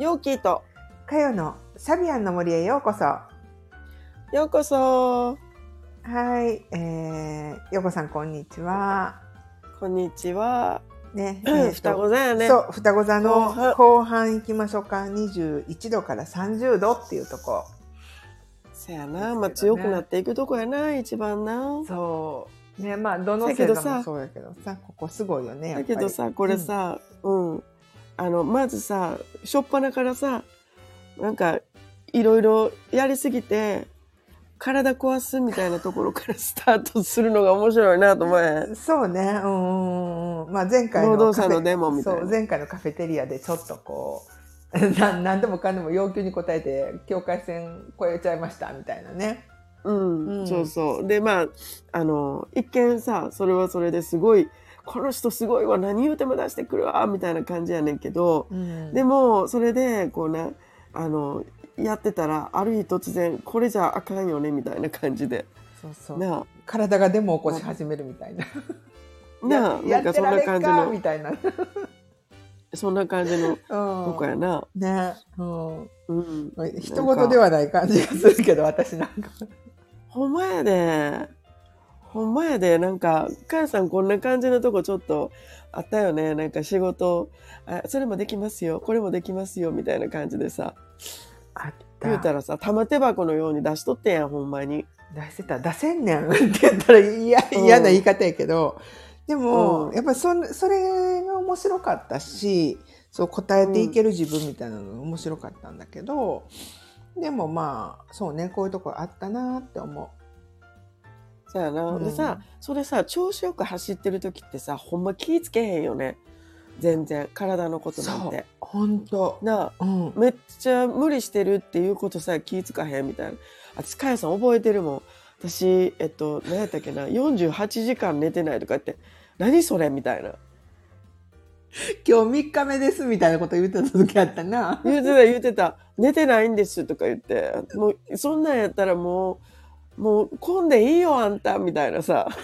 ヨーキーとかよのサビアンの森へようこそ。 ようこそ。 はい、ようこさんこんにちは。 こんにちは。 ね、 双子座やね。 そう、双子座の後半行きましょうか。21度から30度っていうとこ。 せやな、まあ強くなっていくとこやな、一番な。 そうね、まあどの星座もそうやけどさ、ここすごいよね。やっぱりだけどさ、これさ、まずさ、しょっぱなからさ、なんかいろいろやりすぎて体壊すみたいなところからスタートするのが面白いなと思え。 そうね、まあ前回の労働者のデモみたいな。 そう、前回のカフェテリアでちょっとこう何でもかんでも要求に応えて境界線越えちゃいましたみたいなね。 そうそう。で、まあ、一見さ、それはそれですごい、この人すごいわ、何言うても出してくるわ、みたいな感じやねんけど、でも、それで、こうね、やってたら、ある日突然、これじゃあかんよね、みたいな感じで。 そうそう。 なあ、 体がデモを起こし始めるみたいな。 なあ、なんかそんな感じの、 みたいな。 そんな感じのとこやな。 ね、 人一事ではない感じがするけど、私なんか。 ほんまやで。ほんまやで。なんか、かやさんこんな感じのとこちょっとあったよね。なんか仕事、それもできますよ。これもできますよ。みたいな感じでさ。 あった。 言うたらさ、玉手箱のように出しとってやん、ほんまに。 出してた。出せんねんって言ったら嫌な言い方やけど。でも、やっぱりそれが面白かったし、そう答えていける自分みたいなのが面白かったんだけど、でもまあ、そうね、こういうとこあったなって思う。 そうやな。でさ、それさ、調子よく走ってる時ってさ、ほんま気ぃつけへんよね。全然、体のことなんて。 ほんと。 なあ、めっちゃ無理してるっていうことさえ気ぃつかへんみたいな。私、かやさん覚えてるもん。私、何やったっけな、48時間寝てないとか言って、何それみたいな。 今日3日目ですみたいなこと言ってた時あったな。 言うてた。寝てないんですとか言って、もう、そんなんやったらもう、混んでいいよ、あんた、みたいなさ。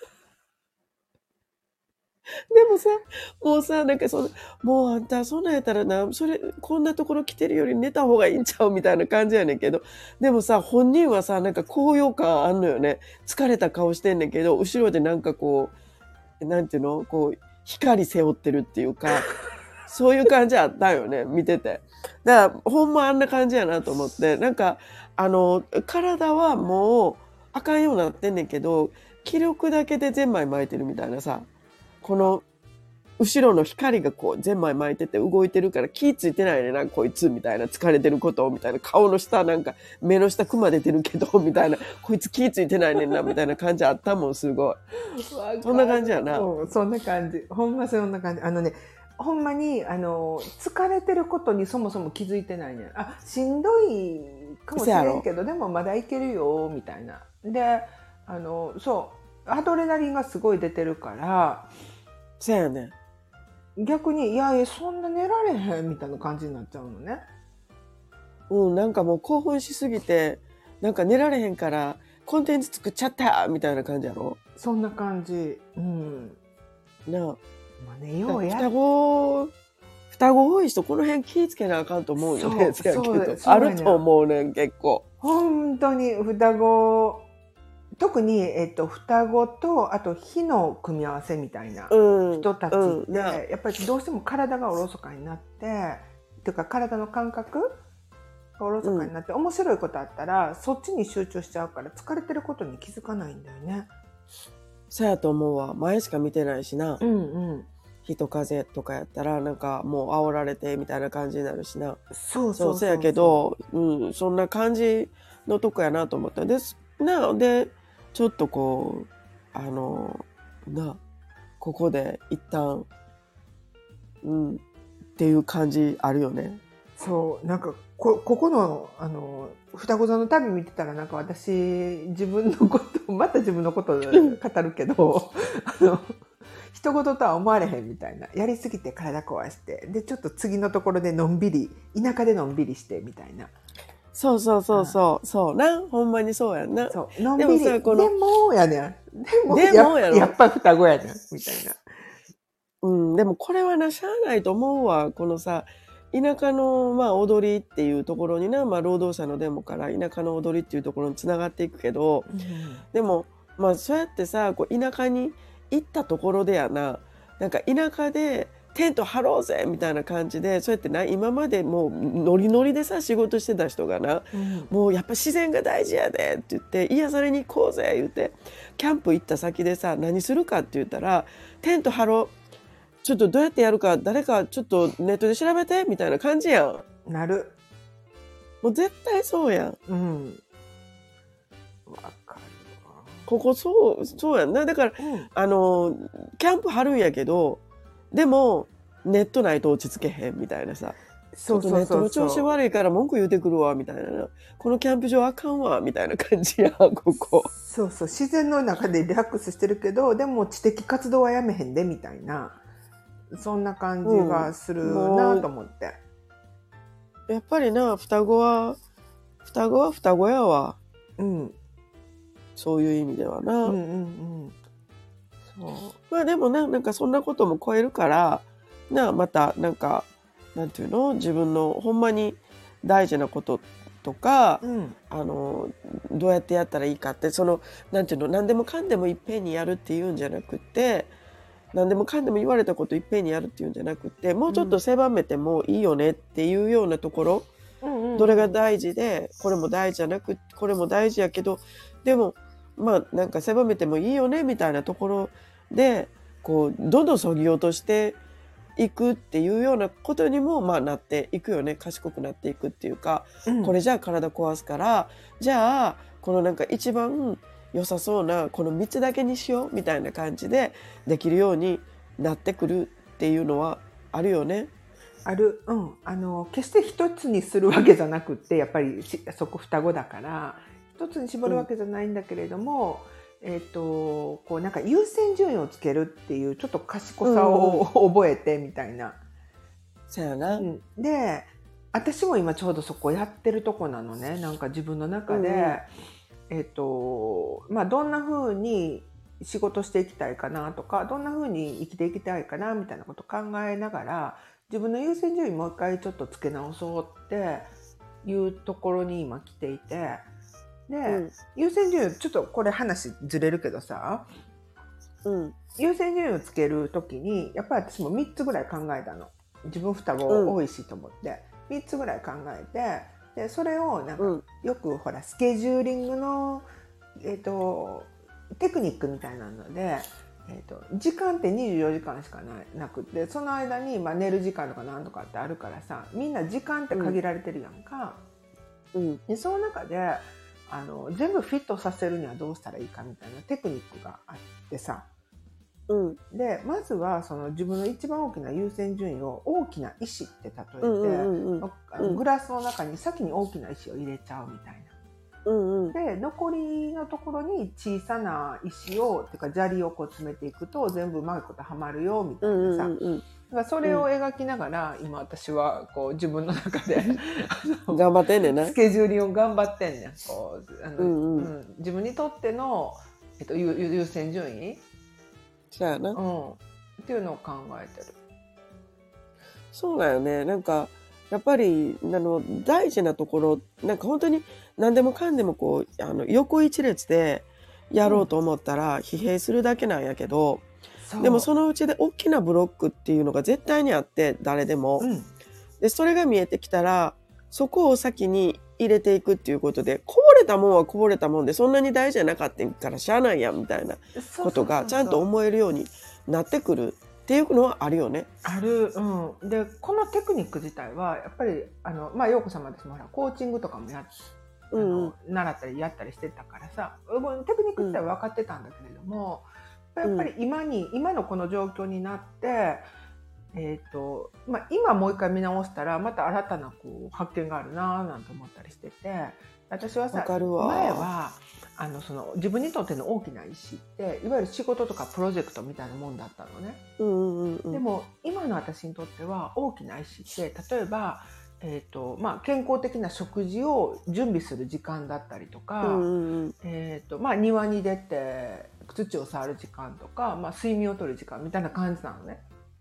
でもさ、もうさ、なんかもうあんた、そんなんやったらな、こんなところ来てるより寝た方がいいんちゃうみたいな感じやねんけど、でもさ、本人はさ、なんか高揚感あんのよね。疲れた顔してんねんけど、後ろでなんかこう、なんていうのこう、光背負ってるっていうか、そういう感じあったよね、見てて。だから、ほんまあんな感じやなと思って、なんか、体はもう、あかんようになってんねんけど、気力だけでゼンマイ巻いてるみたいなさ、この、後ろの光がこう、ゼンマイ巻いてて動いてるから気ついてないねな、こいつ、みたいな、疲れてることみたいな、顔の下なんか、目の下クマ出てるけど、みたいな、こいつ気ついてないねんな、みたいな感じあったもん、すごい。そんな感じやな。 そんな感じ。ほんまそんな感じ。ほんまに、疲れてることにそもそも気づいてないねん。しんどいかもしれんけど、でもまだいけるよ、みたいな。で、そう、アドレナリンがすごい出てるから、 そうやね。 逆に、いや、そんな寝られへん、みたいな感じになっちゃうのね。 なんかもう興奮しすぎて、なんか寝られへんから、コンテンツ作っちゃったみたいな感じやろ？ そんな感じ。 なあ。 まあね、ようや双子多い人、この辺気ぃつけなあかんと思うよね。 そうあると思うねん、結構。 本当に双子、特に、双子と、あと火の組み合わせみたいな人たちって、やっぱりどうしても体がおろそかになって、っていうか体の感覚がおろそかになって、面白いことあったら、そっちに集中しちゃうから、疲れてることに気づかないんだよね。 そうやと思うわ。前しか見てないしな。火と風とかやったら、なんかもう煽られてみたいな感じになるしな。そうやけど、そんな感じのとこやなと思った。で、ちょっとこう、ここで一旦、っていう感じあるよね。 そう、なんか、ここの、双子座の旅見てたら、なんか私、自分のこと、また自分のことを語るけど、人事とは思われへんみたいな。やりすぎて体壊して。で、ちょっと次のところでのんびり、田舎でのんびりしてみたいな。 そうそうな。ほんまにそうやんな。 そう、のんびり。でもやねん。やっぱ双子やねん。みたいな。 でもこれはな、しゃあないと思うわ。このさ、 田舎の、まあ、踊りっていうところにな、まあ、労働者のデモから田舎の踊りっていうところにつながっていくけど、でも、まあ、そうやってさ、こう田舎に行ったところでやな、なんか田舎でテント張ろうぜみたいな感じで、そうやってな、今までもうノリノリでさ、仕事してた人がな、もうやっぱ自然が大事やでって言って、癒されに行こうぜ言って、キャンプ行った先でさ、何するかって言ったら、テント張ろう。ちょっとどうやってやるか誰かちょっとネットで調べてみたいな感じやん。 なる。 もう絶対そうやん。 わかるわ。 ここそうやんな。だから、キャンプ張るんやけど、でもネットないと落ち着けへんみたいなさ。ネットの調子悪いから文句言うてくるわみたいな。このキャンプ場あかんわみたいな感じやん、ここ。 そうそう、自然の中でリラックスしてるけど、でも知的活動はやめへんでみたいな。そんな感じがするなと思って、 やっぱりな、双子は双子やわ。そういう意味ではな。そうまあでもなんかそんなことも超えるからまたなんかなんていうの、自分のほんまに大事なこととか、どうやってやったらいいかって、そのなんていうの、何でもかんでもいっぺんにやるっていうんじゃなくて、何でもかんでも言われたこといっぺんにやるっていうんじゃなくて、もうちょっと狭めてもいいよねっていうようなところ、どれが大事で、これも大事じゃなく、これも大事やけど、でもまあなんか狭めてもいいよねみたいなところで、こうどんどんそぎ落としていくっていうようなことにもまあなっていくよね。賢くなっていくっていうか、これじゃあ体壊すから、じゃあこのなんか一番良さそうなこの3つだけにしようみたいな感じでできるようになってくるっていうのはあるよね。 ある。決して一つにするわけじゃなくって、やっぱりそこ双子だから一つに絞るわけじゃないんだけれども、こうなんか優先順位をつけるっていうちょっと賢さを覚えてみたいな。 そうやな。 で、私も今ちょうどそこやってるとこなのね。なんか自分の中で、まあどんな風に仕事していきたいかなとか、どんな風に生きていきたいかなみたいなことを考えながら、自分の優先順位もう一回ちょっとつけ直そうっていうところに今来ていて、で、優先順位ちょっとこれ話ずれるけどさ、優先順位をつける時にやっぱり私も3つぐらい考えたの。自分双子多いしと思って、3つぐらい考えて、でそれをなんか、よくほらスケジューリングの、テクニックみたいなので、時間って24時間しかなくて、その間に、まあ、寝る時間とかなんとかってあるからさ、みんな時間って限られてるやんか。でその中で全部フィットさせるにはどうしたらいいかみたいなテクニックがあってさ、でまずはその自分の一番大きな優先順位を大きな石って例えて、グラスの中に先に大きな石を入れちゃうみたいな。で残りのところに小さな石をてか砂利をこう詰めていくと全部うまいことはまるよみたいなさ、だからそれを描きながら、今私はこう自分の中で頑張ってんねんな。 スケジューリングを頑張ってんねん。こう自分にとっての、優先順位、 そうやな、 っていうのを考えてる。 そうだよね。なんかやっぱり大事なところ、なんか本当に何でもかんでもこう横一列でやろうと思ったら疲弊するだけなんやけど、でもそのうちで大きなブロックっていうのが絶対にあって、誰でも、でそれが見えてきたらそこを先に入れていくっていうことで、こぼれたもんはこぼれたもんでそんなに大事じゃなかったからしゃあないやんみたいなことがちゃんと思えるようになってくるっていうのはあるよね。 ある。でこのテクニック自体はやっぱりまあ陽子様ですもコーチングとかも習ったりやったりしてたからさ、テクニック自体は分かってたんだけれども、やっぱり今のこの状況になって、まあ、今もう一回見直したらまた新たなこう発見があるなぁなんて思ったりしてて、私はさ、前はその自分にとっての大きな意思っていわゆる仕事とかプロジェクトみたいなもんだったのね。でも今の私にとっては大きな意思って例えば、まあ、健康的な食事を準備する時間だったりとか、まあ、庭に出て土を触る時間とか、まあ、睡眠をとる時間みたいな感じなのね。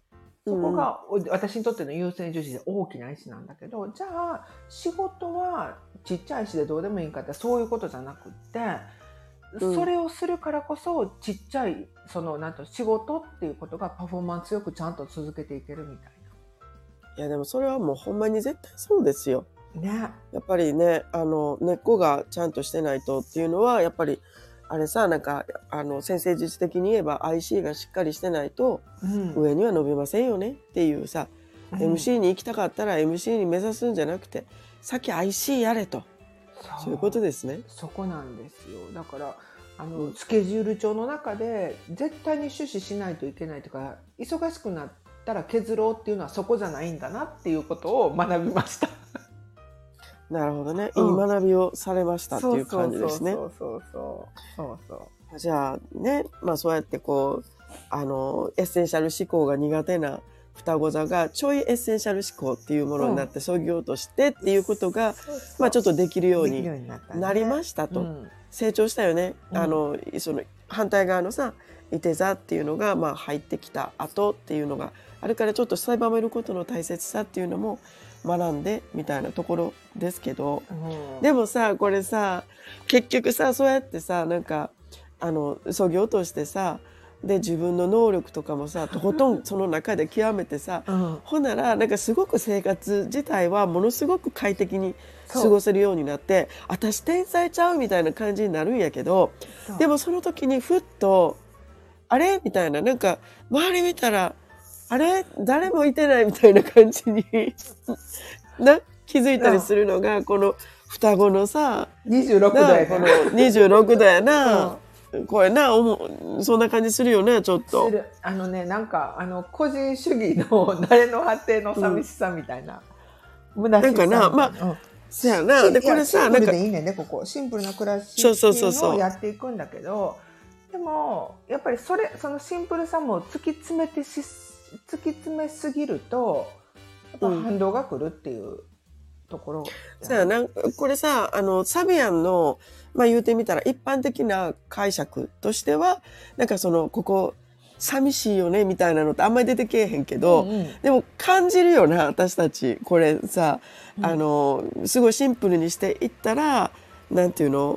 そこが私にとっての優先順位で大きな石なんだけど、じゃあ仕事はちっちゃい石でどうでもいいんかってそういうことじゃなくって、それをするからこそちっちゃいなんと仕事っていうことがパフォーマンスよくちゃんと続けていけるみたいな。いやでもそれはもうほんまに絶対そうですよ。 ね。 やっぱりね、根っこがちゃんとしてないとっていうのはやっぱりあれさ、なんか先生術的に言えば IC がしっかりしてないと上には伸びませんよねっていうさ、MC に行きたかったら MC に目指すんじゃなくて先 IC やれと。そういうことですね。 そこなんですよ。だからスケジュール帳の中で絶対に出資しないといけないとか、忙しくなったら削ろうっていうのはそこじゃないんだなっていうことを学びました。 なるほどね。いい学びをされましたっていう感じですね。じゃあね、まあそうやってこうエッセンシャル思考が苦手な双子座がちょいエッセンシャル思考っていうものになってそぎ落としてっていうことがまあちょっとできるようになりましたと、成長したよね。その反対側のさいて座っていうのがまあ入ってきた後っていうのがあるからちょっと狭めることの大切さっていうのも学んでみたいなところですけど、でもさこれさ結局さそうやってさなんかそぎ落としてさで自分の能力とかもさとことんその中で極めてさ、ほんならなんかすごく生活自体はものすごく快適に過ごせるようになって私天才ちゃうみたいな感じになるんやけど、でもその時にふっとあれみたいな、なんか周り見たらあれ誰もいてないみたいな感じに気づいたりするのがこの双子のさ 26度やこの26度やな。これな、そんな感じするよね、ちょっと。 なんか、個人主義の誰の果ての寂しさみたいな。虚しさ。 なんかな、まあ、そやな。で、これさ、 シンプルでいいねんね、ここ。シンプルな暮らしっていうのをやっていくんだけど、でも、やっぱりそのシンプルさも突き詰めすぎると、やっぱ反動が来るっていうところ。 そうやな。これさ、サビアンの、まあ言うてみたら一般的な解釈としては、なんかここ寂しいよねみたいなのってあんまり出てけえへんけど、でも感じるよな、私たち。これさ、すごいシンプルにしていったら、なんていうの、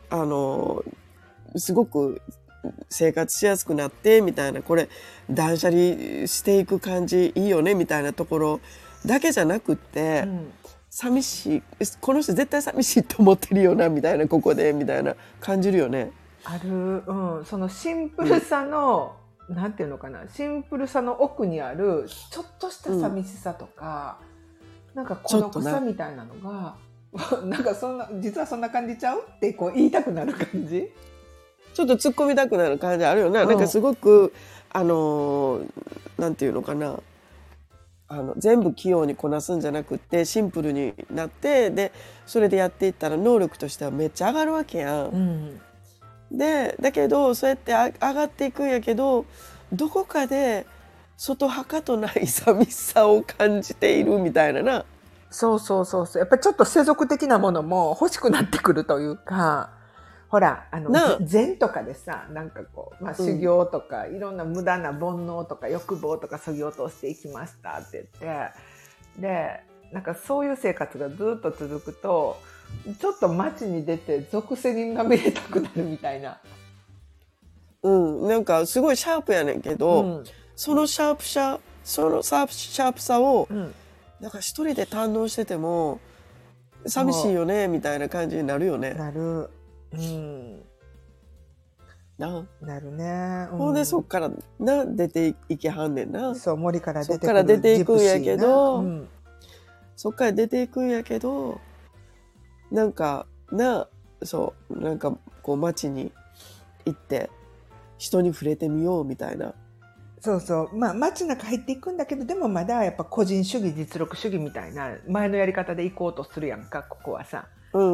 すごく生活しやすくなってみたいな、これ断捨離していく感じいいよねみたいなところだけじゃなくって、寂しいこの人絶対寂しいと思ってるよなみたいなここでみたいな感じるよね。 ある、そのシンプルさの、なんていうのかな、シンプルさの奥にあるちょっとした寂しさとか、なんか孤独さみたいなのがなんか実はそんな感じちゃうってこう言いたくなる感じ。 ちょっと突っ込みたくなる感じあるよな。なんかすごくなんていうのかな。全部器用にこなすんじゃなくってシンプルになってでそれでやっていったら能力としてはめっちゃ上がるわけやん。でだけどそうやって上がっていくんやけどどこかで外はかとない寂しさを感じているみたいなな。 そうやっぱりちょっと世俗的なものも欲しくなってくるというか。ほら禅とかでさ、なんかこう、まあ、修行とか、いろんな無駄な煩悩とか欲望とかそぎ落としていきましたって言ってでなんかそういう生活がずっと続くとちょっと街に出て属性にがめれたくなるみたいな。 なんかすごいシャープやねんけど、そのシャープさを、なんか一人で堪能してても寂しいよねみたいな感じになるよね。 なる。なるね。 ほんでそっから出ていけはんねんな。 そう森から出てくる。そっから出ていくんやけど、そっから出ていくんやけど、なんかそうなんかこう街に行って人に触れてみようみたいな。 まあ街の中入っていくんだけど、でもまだやっぱ個人主義実力主義みたいな前のやり方で行こうとするやんか、ここはさ。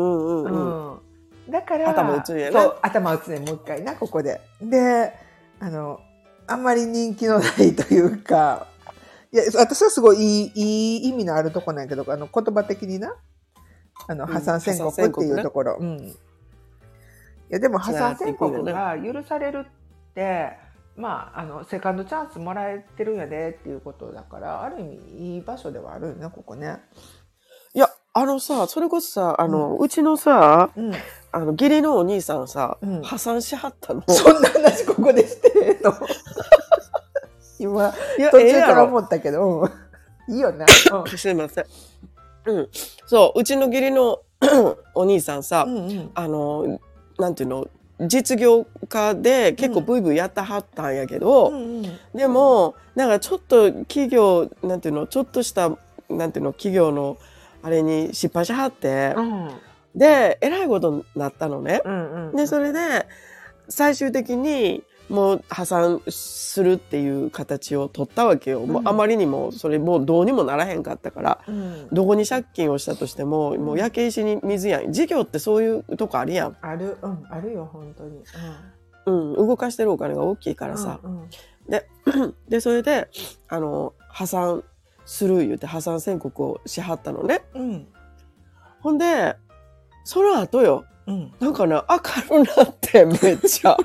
だから頭打つんやな。 頭打つね、もう一回な、ここで。で、あんまり人気のないというか、いや、私はすごいいい意味のあるとこなんやけど、言葉的にな、破産宣告っていうところ。いや、でも破産宣告が許されるって、 まあ、セカンドチャンスもらえてるんやでっていうことだから、ある意味いい場所ではあるよね、ここね。 いや、それこそさ、うちのさ、 うん、 義理のお兄さんさ、 うん破産しはったの。 そんな話ここでしての今いや、 途中から思ったけど、うん、いいよね。 すいません。うん。そう、うちの義理のお兄さんさ、 うんうん、 なんていうの、実業家で結構ブイブイやったはったんやけど、 うんうん、 でも、なんかちょっと企業、なんていうの、ちょっとした、なんていうの、企業のあれに失敗しはって、 うん、 で、えらいことになったのね。 うんうん、 で、それで、最終的にもう破産するっていう形を取ったわけよ。もうあまりにも、それもうどうにもならへんかったから、どこに借金をしたとしても、もう焼け石に水やん。事業ってそういうとこあるやん。 ある、あるよ、本当に。 動かしてるお金が大きいからさ。で、それで、破産する言うて破産宣告をしはったのね。ほんで、その後よ。なんかね、明るなって、めっちゃ。めっちゃ明るな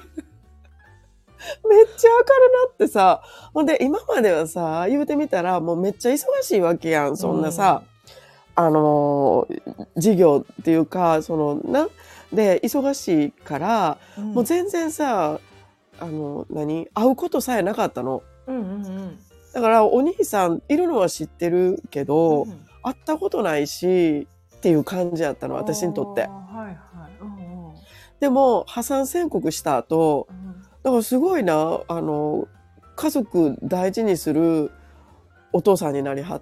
ってさ。ほんで、今まではさ、言うてみたら、もうめっちゃ忙しいわけやん。そんなさ、事業っていうか、で、忙しいから、もう全然さ、会うことさえなかったの。だから、お兄さんいるのは知ってるけど、会ったことないし、っていう感じやったの、私にとって。でも、破産宣告した後、だからすごいな、家族大事にするお父さんになりはって。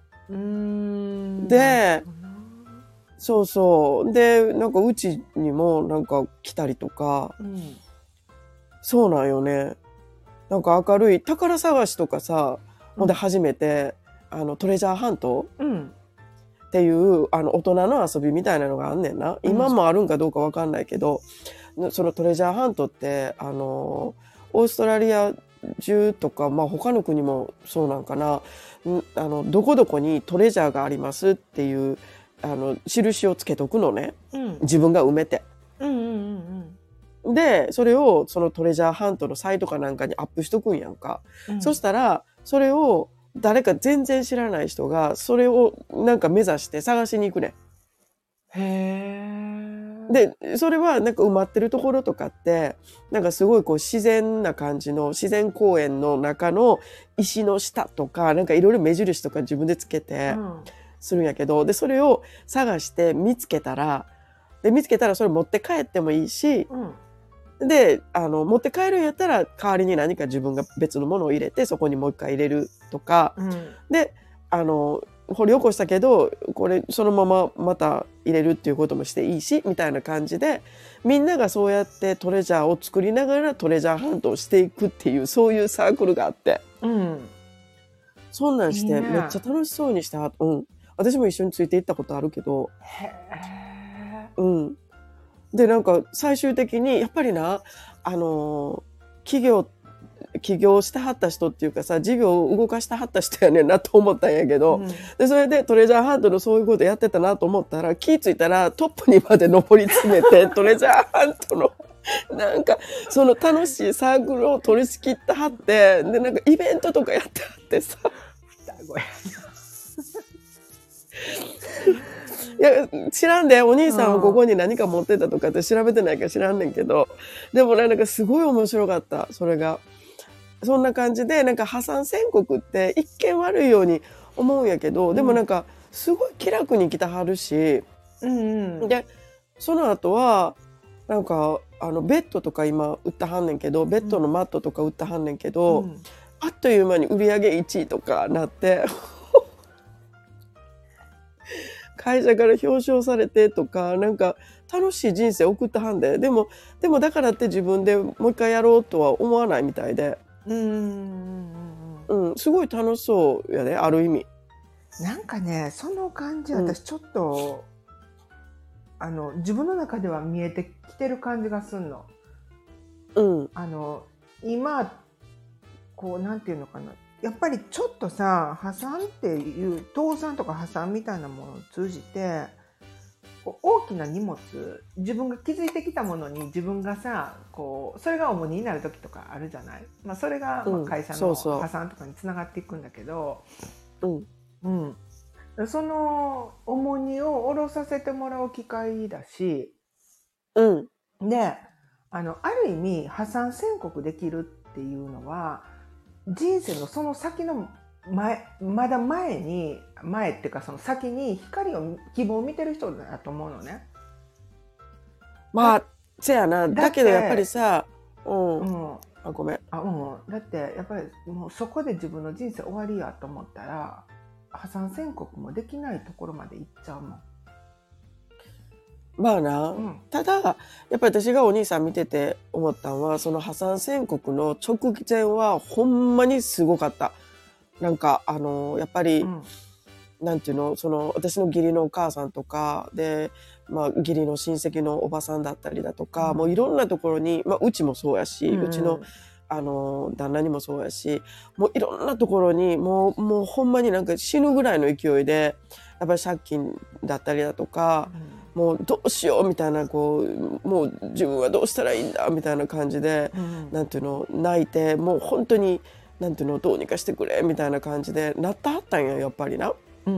で、そうそう。で、なんかうちにもなんか来たりとか、そうなんよね。なんか明るい宝探しとかさ、ほんで初めて、トレジャーハントっていう、大人の遊びみたいなのがあんねんな。今もあるんかどうかわかんないけど、そのトレジャーハントって、オーストラリア中とか、まあ他の国もそうなんかな、どこどこにトレジャーがありますっていう、印をつけとくのね。自分が埋めて。で、それをそのトレジャーハントのサイトかなんかにアップしとくんやんか。そしたら、それを誰か全然知らない人が、それをなんか目指して探しに行くね。で、それはなんか埋まってるところとかって、なんかすごいこう自然な感じの自然公園の中の石の下とか、なんかいろいろ目印とか自分でつけてするんやけど、で、それを探して見つけたらそれ持って帰ってもいいし、で、持って帰るんやったら代わりに何か自分が別のものを入れてそこにもう一回入れるとか、で、掘り起こしたけど、これそのまままた入れるっていうこともしていいし、みたいな感じで、みんながそうやってトレジャーを作りながらトレジャーハントをしていくっていう、そういうサークルがあって。そんなんして、めっちゃ楽しそうにした。私も一緒について行ったことあるけど。で、なんか最終的に、やっぱりな、起業してはった人っていうかさ、事業を動かしてはった人やねんなと思ったんやけど、で、それでトレジャーハントのそういうことやってたなと思ったら、気ぃついたらトップにまで上り詰めて、トレジャーハントの、なんか、その楽しいサークルを取り仕切ってはって、で、なんかイベントとかやってはってさ。いや、知らんで、お兄さんはここに何か持ってたとかって調べてないから知らんねんけど、でもなんかすごい面白かった、それが。そんな感じで、なんか破産宣告って一見悪いように思うんやけど、でもなんかすごい気楽に来たはるし、で、その後は、なんか、ベッドとか今売ったはんねんけど、ベッドのマットとか売ったはんねんけど、あっという間に売り上げ1位とかなって、会社から表彰されてとか、なんか楽しい人生送ったはんで、でもだからって自分でもう一回やろうとは思わないみたいで。すごい楽しそうやで、ある意味。 なんかね、その感じ、私ちょっと、自分の中では見えてきてる感じがすんの。今、こう、なんていうのかな。やっぱりちょっとさ、破産っていう、倒産とか破産みたいなものを通じて、 こう大きな荷物、自分が気づいてきたものに自分がさこうそれが重荷になる時とかあるじゃない、まあ、それがまあ会社の破産とかにつながっていくんだけど、その重荷を下ろさせてもらう機会だし、である意味破産宣告できるっていうのは人生のその先のまだ前っていうかその先に希望を見てる人だと思うのね。 まあせやな。だけどやっぱりさ、ごめん。 だってやっぱりもうそこで自分の人生終わりやと思ったら破産宣告もできないところまで行っちゃうもん。 まあな、ただやっぱり私がお兄さん見てて思ったのは、その破産宣告の直前はほんまにすごかった。なんかやっぱり、なんていうの、その私の義理のお母さんとかで、まあ義理の親戚のおばさんだったりだとか、もういろんなところに、まあうちもそうやし、うちの旦那にもそうやし、もういろんなところにもうほんまになんか死ぬぐらいの勢いで、やっぱり借金だったりだとか、もうどうしようみたいな、こうもう自分はどうしたらいいんだみたいな感じで、なんていうの、泣いて、もう本当になんていうの、どうにかしてくれみたいな感じでなったはったんや、やっぱりな。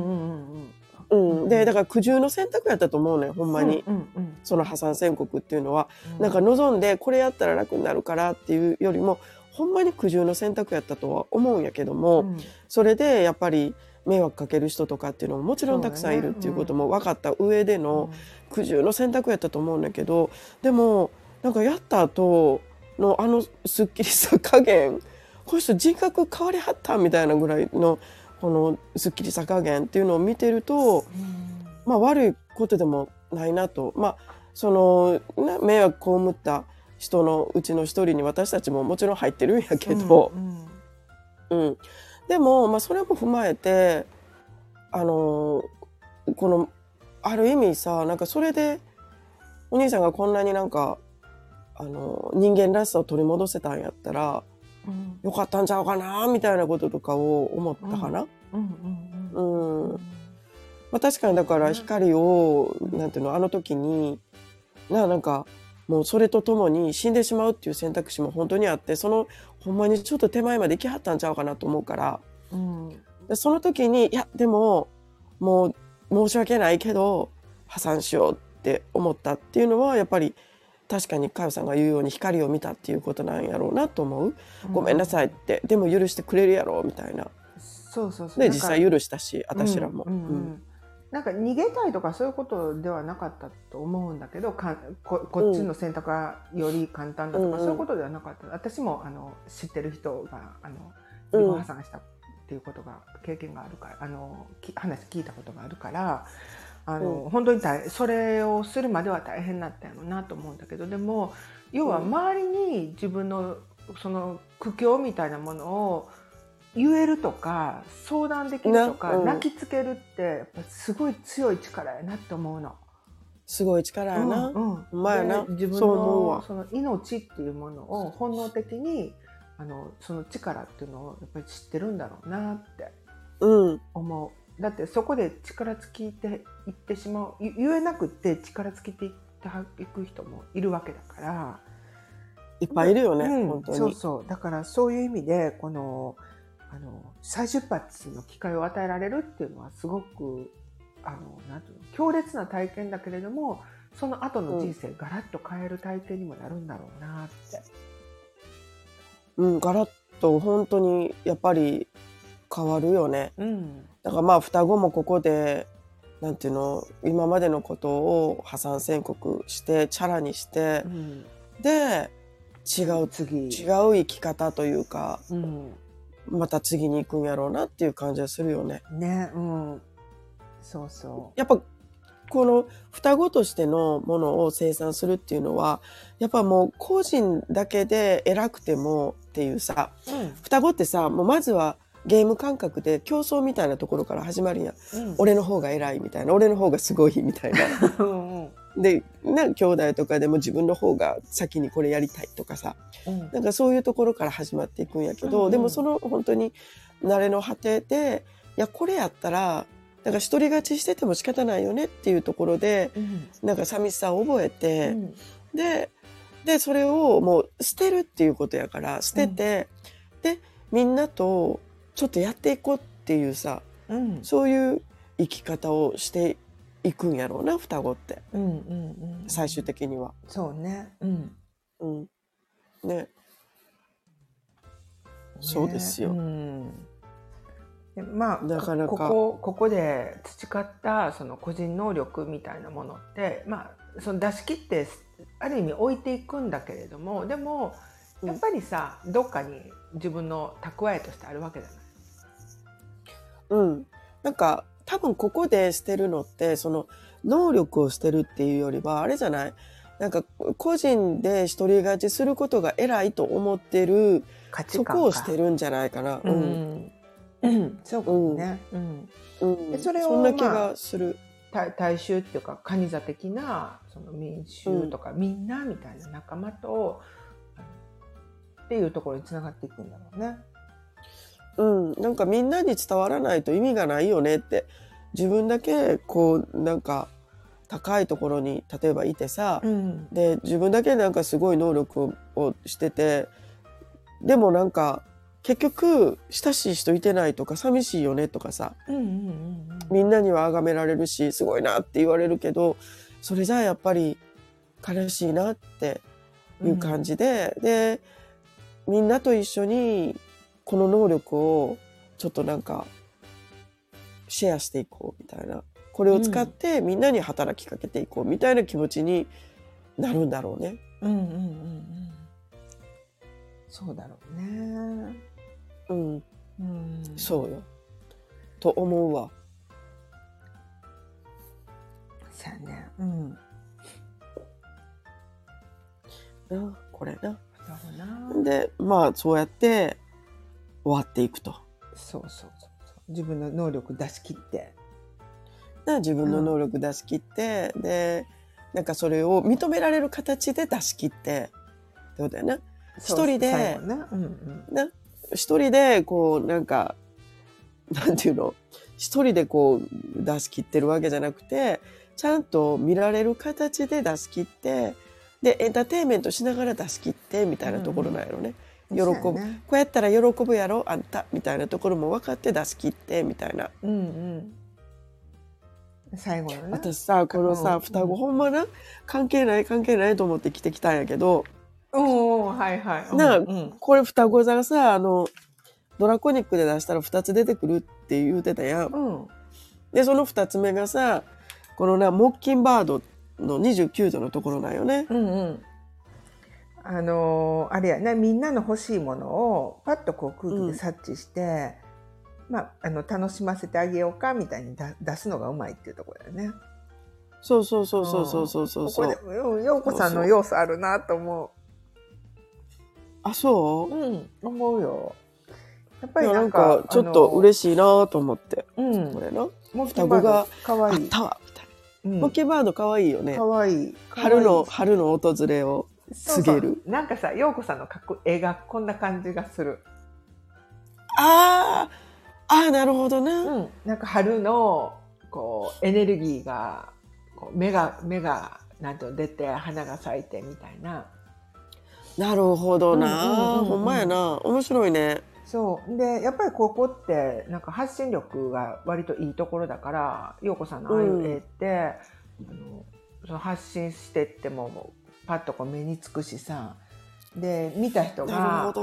でだから苦渋の選択やったと思うね、ほんまに。その破産宣告っていうのは、なんか望んでこれやったら楽になるからっていうよりもほんまに苦渋の選択やったとは思うんやけども、それでやっぱり迷惑かける人とかっていうのももちろんたくさんいるっていうことも分かった上での苦渋の選択やったと思うんだけど、でもなんかやった後のすっきりさ加減、この人人格変わりはったみたいなぐらいのこのすっきりさ加減っていうのを見てると、まあ悪いことでもないなと。まあその迷惑被った人のうちの一人に私たちももちろん入ってるんやけど、でもまあそれも踏まえてこのある意味さ、なんかそれでお兄さんがこんなになんか人間らしさを取り戻せたんやったら、よかったんちゃうかなみたいなこととかを思ったかな。まあ、確かにだから光をなんていうの、あの時になんかもうそれとともに死んでしまうっていう選択肢も本当にあって、そのほんまにちょっと手前まで来はったんちゃうかなと思うから、でその時にいやでももう申し訳ないけど破産しようって思ったっていうのはやっぱり確かに佳代さんが言うように光を見たっていうことなんやろうなと思う。ごめんなさいって、でも許してくれるやろみたいな。で実際許したし、私らも。 なんか逃げたいとかそういうことではなかったと思うんだけど、こっちの選択がより簡単だとか、そういうことではなかった。私も知ってる人が自己破産したっていうことが経験があるから、話聞いたことがあるから。本当にそれをするまでは大変だったよなと思うんだけど、でも要は周りに自分のその苦境みたいなものを言えるとか相談できるとか、泣きつけるってやっぱすごい強い力やなって思うの。 すごい力やな。 自分のその命っていうものを本能的にその力っていうのをやっぱり知ってるんだろうなって思う。だってそこで力尽きていってしまう、言えなくって力尽きていく人もいるわけだから、 いっぱいいるよね、本当に。 そうだからそういう意味でこの再出発の機会を与えられるっていうのはすごくなんていうの、強烈な体験だけれども、その後の人生ガラッと変える体験にもなるんだろうなって。 ガラッと本当にやっぱり変わるよね。だからまあ双子もここでなんていうの、今までのことを破産宣告してチャラにして、で違う生き方というか、また次に行くんやろうなっていう感じはするよね。そうやっぱこの双子としてのものを生産するっていうのはやっぱもう個人だけで偉くてもっていうさ、双子ってさ、もうまずはゲーム感覚で競争みたいなところから始まるやん。俺の方が偉いみたいな、俺の方がすごいみたいな。で、兄弟とかでも自分の方が先にこれやりたいとかさ、なんかそういうところから始まっていくんやけど、でもその本当に慣れの果てで、いやこれやったらだから独り勝ちしてても仕方ないよねっていうところで、なんか寂しさを覚えて、で、それをもう捨てるっていうことやから、捨てて、で、みんなとちょっとやっていこうっていうさ、そういう生き方をしていくんやろうな、双子って。最終的には。 そうね。 ね。そうですよ。 まあ、なかなかここで培ったその個人能力みたいなものって、まあ、その出し切ってある意味置いていくんだけれども、でもやっぱりさ、どっかに自分の蓄えとしてあるわけじゃない。 なんか多分ここで捨てるのってその能力を捨てるっていうよりはあれじゃない？なんか個人で独り勝ちすることが偉いと思ってるそこを捨てるんじゃないかな。 そうかもね。それを、 そんな気がする。 大衆っていうかカニ座的なその民衆とか、みんなみたいな仲間とっていうところにつながっていくんだろうね。 なんかみんなに伝わらないと意味がないよねって、自分だけこうなんか高いところに例えばいてさ、で自分だけなんかすごい能力をしてて、でもなんか結局親しい人いてないとか寂しいよねとかさ、みんなには崇められるしすごいなって言われるけど、それじゃあやっぱり悲しいなっていう感じで、でみんなと一緒にこの能力をちょっとなんかシェアしていこうみたいな、これを使ってみんなに働きかけていこうみたいな気持ちになるんだろうね。 そうだろうね。 そうよ。と思うわ。 そうやね。 これな。で、まあそうやって終わっていくと。 そう。自分の能力出し切って。 自分の能力出し切って、で、なんかそれを認められる形で出し切って、ってことだよね。一人で、一人でこうなんか、なんていうの、一人でこう出し切ってるわけじゃなくて、ちゃんと見られる形で出し切って、で、エンターテインメントしながら出し切ってみたいなところなんやろね。喜ぶ。こうやったら喜ぶやろあんたみたいなところも分かって出し切ってみたいな。 最後のね。 私さ、このさ、双子ほんまな、関係ないと思って着てきたんやけど、これ双子座がさ、ドラコニックで出したら2つ出てくるって言うてたやん。で、その2つ目がさ、このな、モッキンバードの29度のところなんよね。 あれやね、みんなの欲しいものをパッとこう空気で察知して、楽しませてあげようかみたいに出すのがうまいっていうところだよね。 そう。 ここで陽子さんの要素あるなと思う。 あ、そう？ 思うよ。やっぱりなんかちょっと嬉しいなと思って。これな。双子があったわみたいな。モッキンバード可愛いよね。 可愛い。 春の訪れを告げる。 なんかさ、陽子さんの描く絵がこんな感じがする。 なるほどね。 なんか春のこうエネルギーがこう芽がなんて出て花が咲いてみたいな。 なるほどな。ほんまやな。面白いね。 そうで、やっぱりここってなんか発信力が割といいところだから、陽子さんのああいう絵って、その発信してってもパッとこう目につくしさ、で見た人が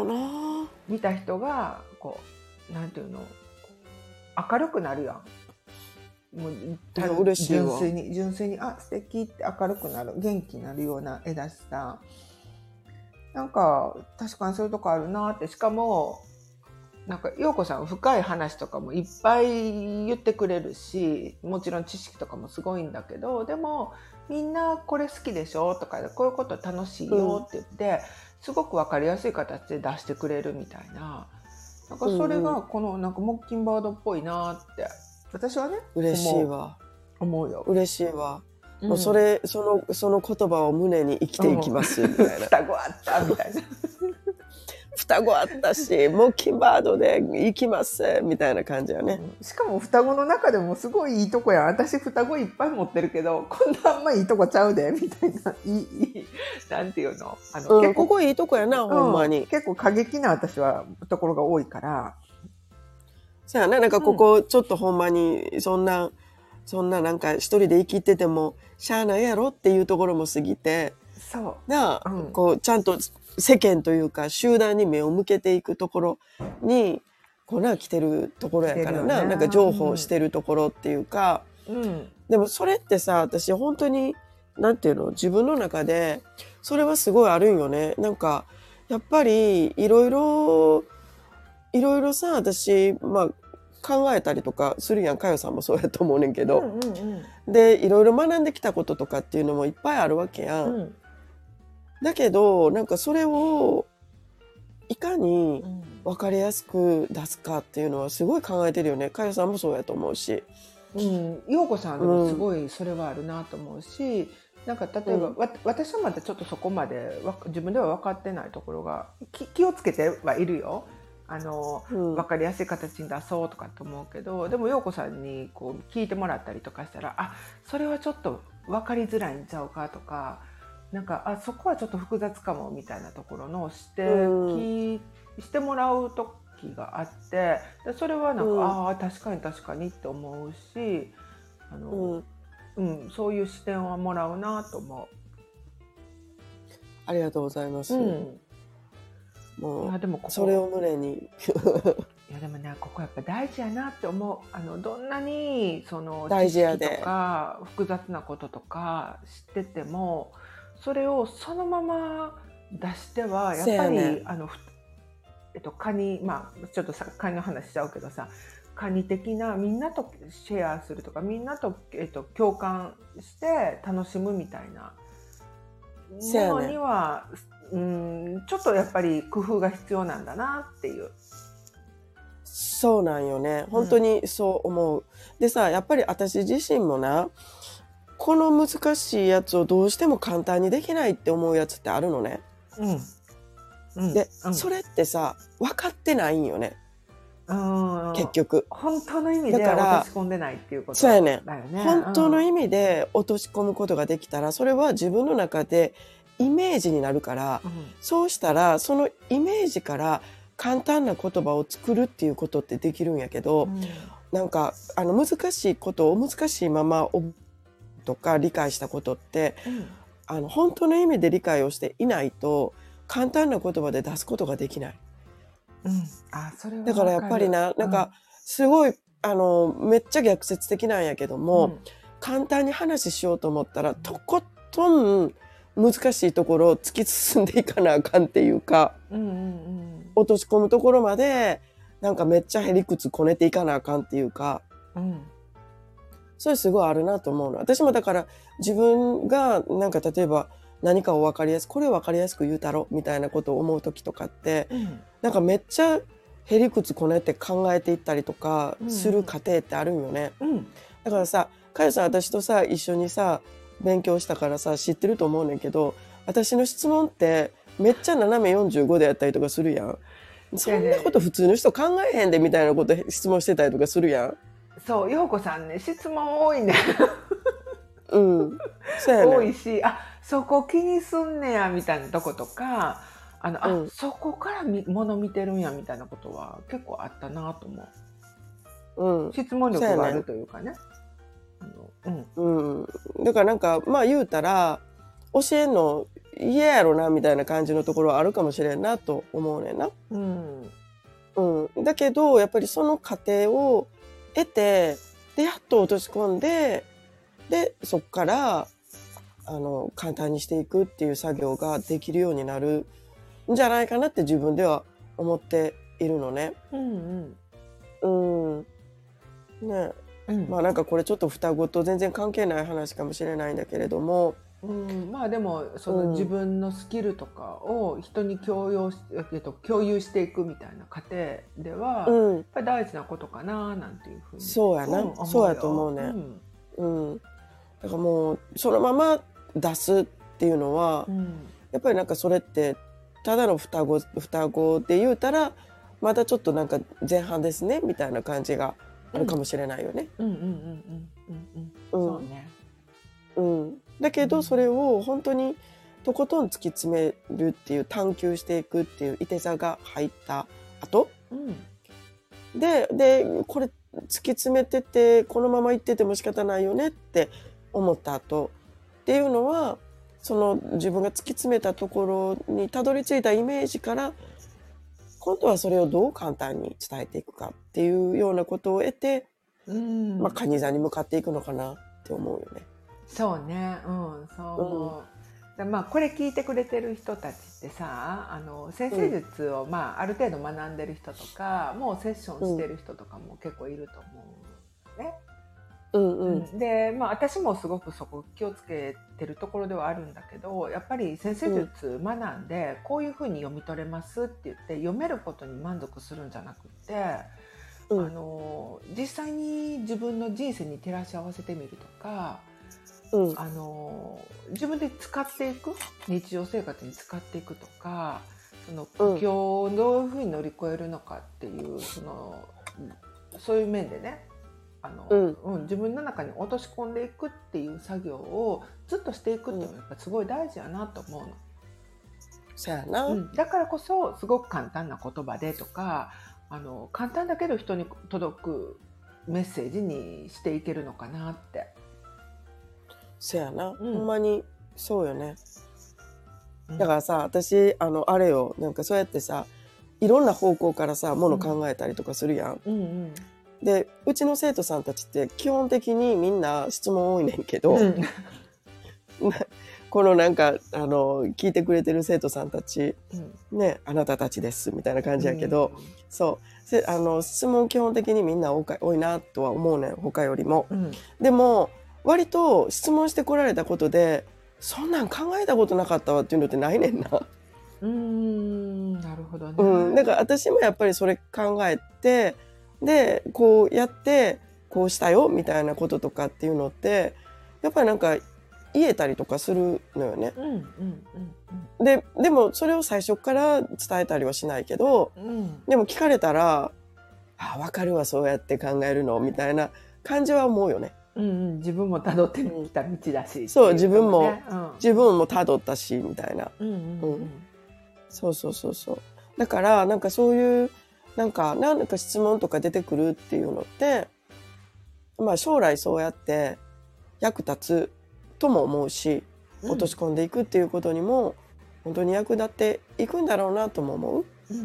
こうなんていうの、明るくなるやん。もう嬉しいわ。 純粋に素敵って明るくなる、元気になるような絵だしさ、なんか確かにそういうとこあるなって。しかもなんか陽子さん深い話とかもいっぱい言ってくれるし、もちろん知識とかもすごいんだけど、でもみんなこれ好きでしょとか、こういうこと楽しいよって言って、すごく分かりやすい形で出してくれるみたいな。なんかそれがこのなんかモッキンバードっぽいなって私はね、 嬉しいわ。 思うよ。 嬉しいわ。もうその言葉を胸に生きていきますみたいな。 双子あったみたいな。 双子あったし、モッキンバードで行きますみたいな感じよね。 しかも双子の中でもすごいいいとこやん。私双子いっぱい持ってるけど、こんなあんまいいとこちゃうでみたいな、なんていうの、結構ここいいとこやな、ほんまに。 結構過激な私はところが多いから。 そうやな、なんかここちょっとほんまにそんななんか一人で生きててもしゃあないやろっていうところも過ぎて、 そうなあ、こうちゃんと世間というか集団に目を向けていくところにこう来てるところやからな、なんか情報してるところっていうか、でもそれってさ、私本当になんていうの、自分の中でそれはすごいあるんよね。なんかやっぱりいろいろさ、私考えたりとかするやん。かよさんもそうやと思うねんけど、でいろいろ学んできたこととかっていうのもいっぱいあるわけやん。だけどなんかそれをいかに分かりやすく出すかっていうのはすごい考えてるよね。かよさんもそうやと思うし、 陽子さんでもすごいそれはあるなと思うし、なんか例えば、私はまだちょっとそこまで自分では分かってないところが気をつけてはいるよ。分かりやすい形に出そうとかと思うけど、でも陽子さんにこう聞いてもらったりとかしたら、あ、それはちょっと分かりづらいんちゃうかとか、なんかそこはちょっと複雑かもみたいなところのしてもらう時があって、でそれはなんか、確かに確かにって思うし、そういう視点はもらうなと思う。 ありがとうございます。もうでもそれを胸にいやでもね、ここやっぱ大事やなって思う。どんなにその知識とか複雑なこととか知ってても、それをそのまま出してはやっぱり、カニ、ちょっとカニの話しちゃうけどさ、カニ的なみんなとシェアするとか、みんなと、共感して楽しむみたいなものには、ちょっとやっぱり工夫が必要なんだなっていう。 そうなんよね。本当にそう思う。でさ、やっぱり私自身もな、この難しいやつをどうしても簡単にできないって思うやつってあるのね。で、それってさ、分かってないんよね。結局。 本当の意味で落とし込んでないっていうことだよね。本当の意味で落とし込むことができたら、それは自分の中でイメージになるから、そうしたらそのイメージから簡単な言葉を作るっていうことってできるんやけど、なんか難しいことを難しいままとか理解したことって、本当の意味で理解をしていないと簡単な言葉で出すことができない。だからやっぱりなんかすごいめっちゃ逆説的なんやけども、簡単に話しようと思ったらとことん難しいところを突き進んでいかなあかんっていうか、落とし込むところまでなんかめっちゃへりくつこねていかなあかんっていうか、それすごいあるなと思うの。私もだから自分がなんか例えば何かを分かりやすく、これを分かりやすく言うたろみたいなことを思う時とかって、なんかめっちゃへりくつこねて考えていったりとかする過程ってあるんよね。だからさ、かよさん私とさ一緒にさ勉強したからさ知ってると思うねんけど、私の質問ってめっちゃ斜め45でやったりとかするやん。そんなこと普通の人考えへんでみたいなこと質問してたりとかするやん。 そう、陽子さんね、質問多いね。 そうやね。 多いし、そこ気にすんねやみたいなとことか、そこから物見てるんやみたいなことは結構あったなと思う。質問力があるというかね。 だからなんか言うたら教えんの嫌やろなみたいな感じのところはあるかもしれんなと思うねんな。だけどやっぱりその過程を得て、でやっと落とし込んで、でそっから簡単にしていくっていう作業ができるようになるんじゃないかなって自分では思っているのね。ね。なんかこれちょっと双子と全然関係ない話かもしれないんだけれども、 でもその自分のスキルとかを人に共有していくみたいな過程では、やっぱり大事なことかななんていうふうに。 そうやな、そうやと思うね。だからもうそのまま出すっていうのは、やっぱりなんかそれってただの双子で言うたら、まだちょっとなんか前半ですね、みたいな感じがあるかもしれないよね。 そうね。 だけど、それを本当にとことん突き詰めるっていう、探求していくっていういて座が入った後、で、これ突き詰めてて、このまま行ってても仕方ないよねって思った後っていうのは、その自分が突き詰めたところにたどり着いたイメージから、今度はそれをどう簡単に伝えていくかっていうようなことを得て、蟹座に向かっていくのかなって思うよね。 そうね、そう思う。まあこれ聞いてくれてる人たちってさ、先生術をある程度学んでる人とか、もうセッションしてる人とかも結構いると思うね。で、私もすごくそこ気をつけてるところではあるんだけど、やっぱり先生術学んでこういうふうに読み取れますって言って読めることに満足するんじゃなくて、実際に自分の人生に照らし合わせてみるとか、自分で使っていく、日常生活に使っていくとか、その苦境をどういうふうに乗り越えるのかっていう、そういう面でね、自分の中に落とし込んでいくっていう作業をずっとしていくっていうのはやっぱすごい大事やなと思うの。 そうやな。 だからこそすごく簡単な言葉でとか、簡単だけど人に届くメッセージにしていけるのかなって。 そうやな、ほんまにそうよね。だからさ、私あれよ、なんかそうやってさ、いろんな方向からさ、もの考えたりとかするやん。で、うちの生徒さんたちって基本的にみんな質問多いねんけど、このなんか聞いてくれてる生徒さんたち、ね、あなたたちですみたいな感じやけど、そう質問基本的にみんな多いなとは思うねん、他よりも。でも割と質問してこられたことで、そんなん考えたことなかったわっていうのってないねんな。 なるほどね。 だから私もやっぱりそれ考えて、でこうやってこうしたよみたいなこととかっていうのって、やっぱりなんか言えたりとかするのよね。でもそれを最初から伝えたりはしないけど、でも聞かれたら、分かるわ、そうやって考えるのみたいな感じは思うよね。 自分も辿ってきた道だし、 そう、自分も辿ったしみたいな。そう。だからなんかそういうなんか質問とか出てくるっていうのって、将来そうやって役立つとも思うし、落とし込んでいくっていうことにも本当に役立っていくんだろうなとも思う。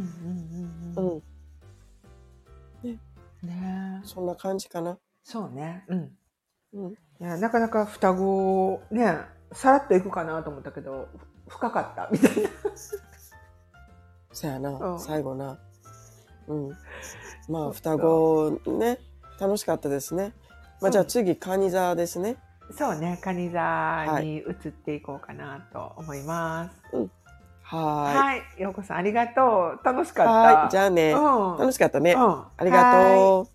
そんな感じかな。 そうね。いや、なかなか双子ね、さらっといくかなと思ったけど深かったみたいな。 そうやな、最後な。双子ね、楽しかったですね。じゃあ次蟹座ですね。 そうね、蟹座に移っていこうかなと思います。はい、ようこさんありがとう。楽しかった。 じゃあね、楽しかったね。ありがとう。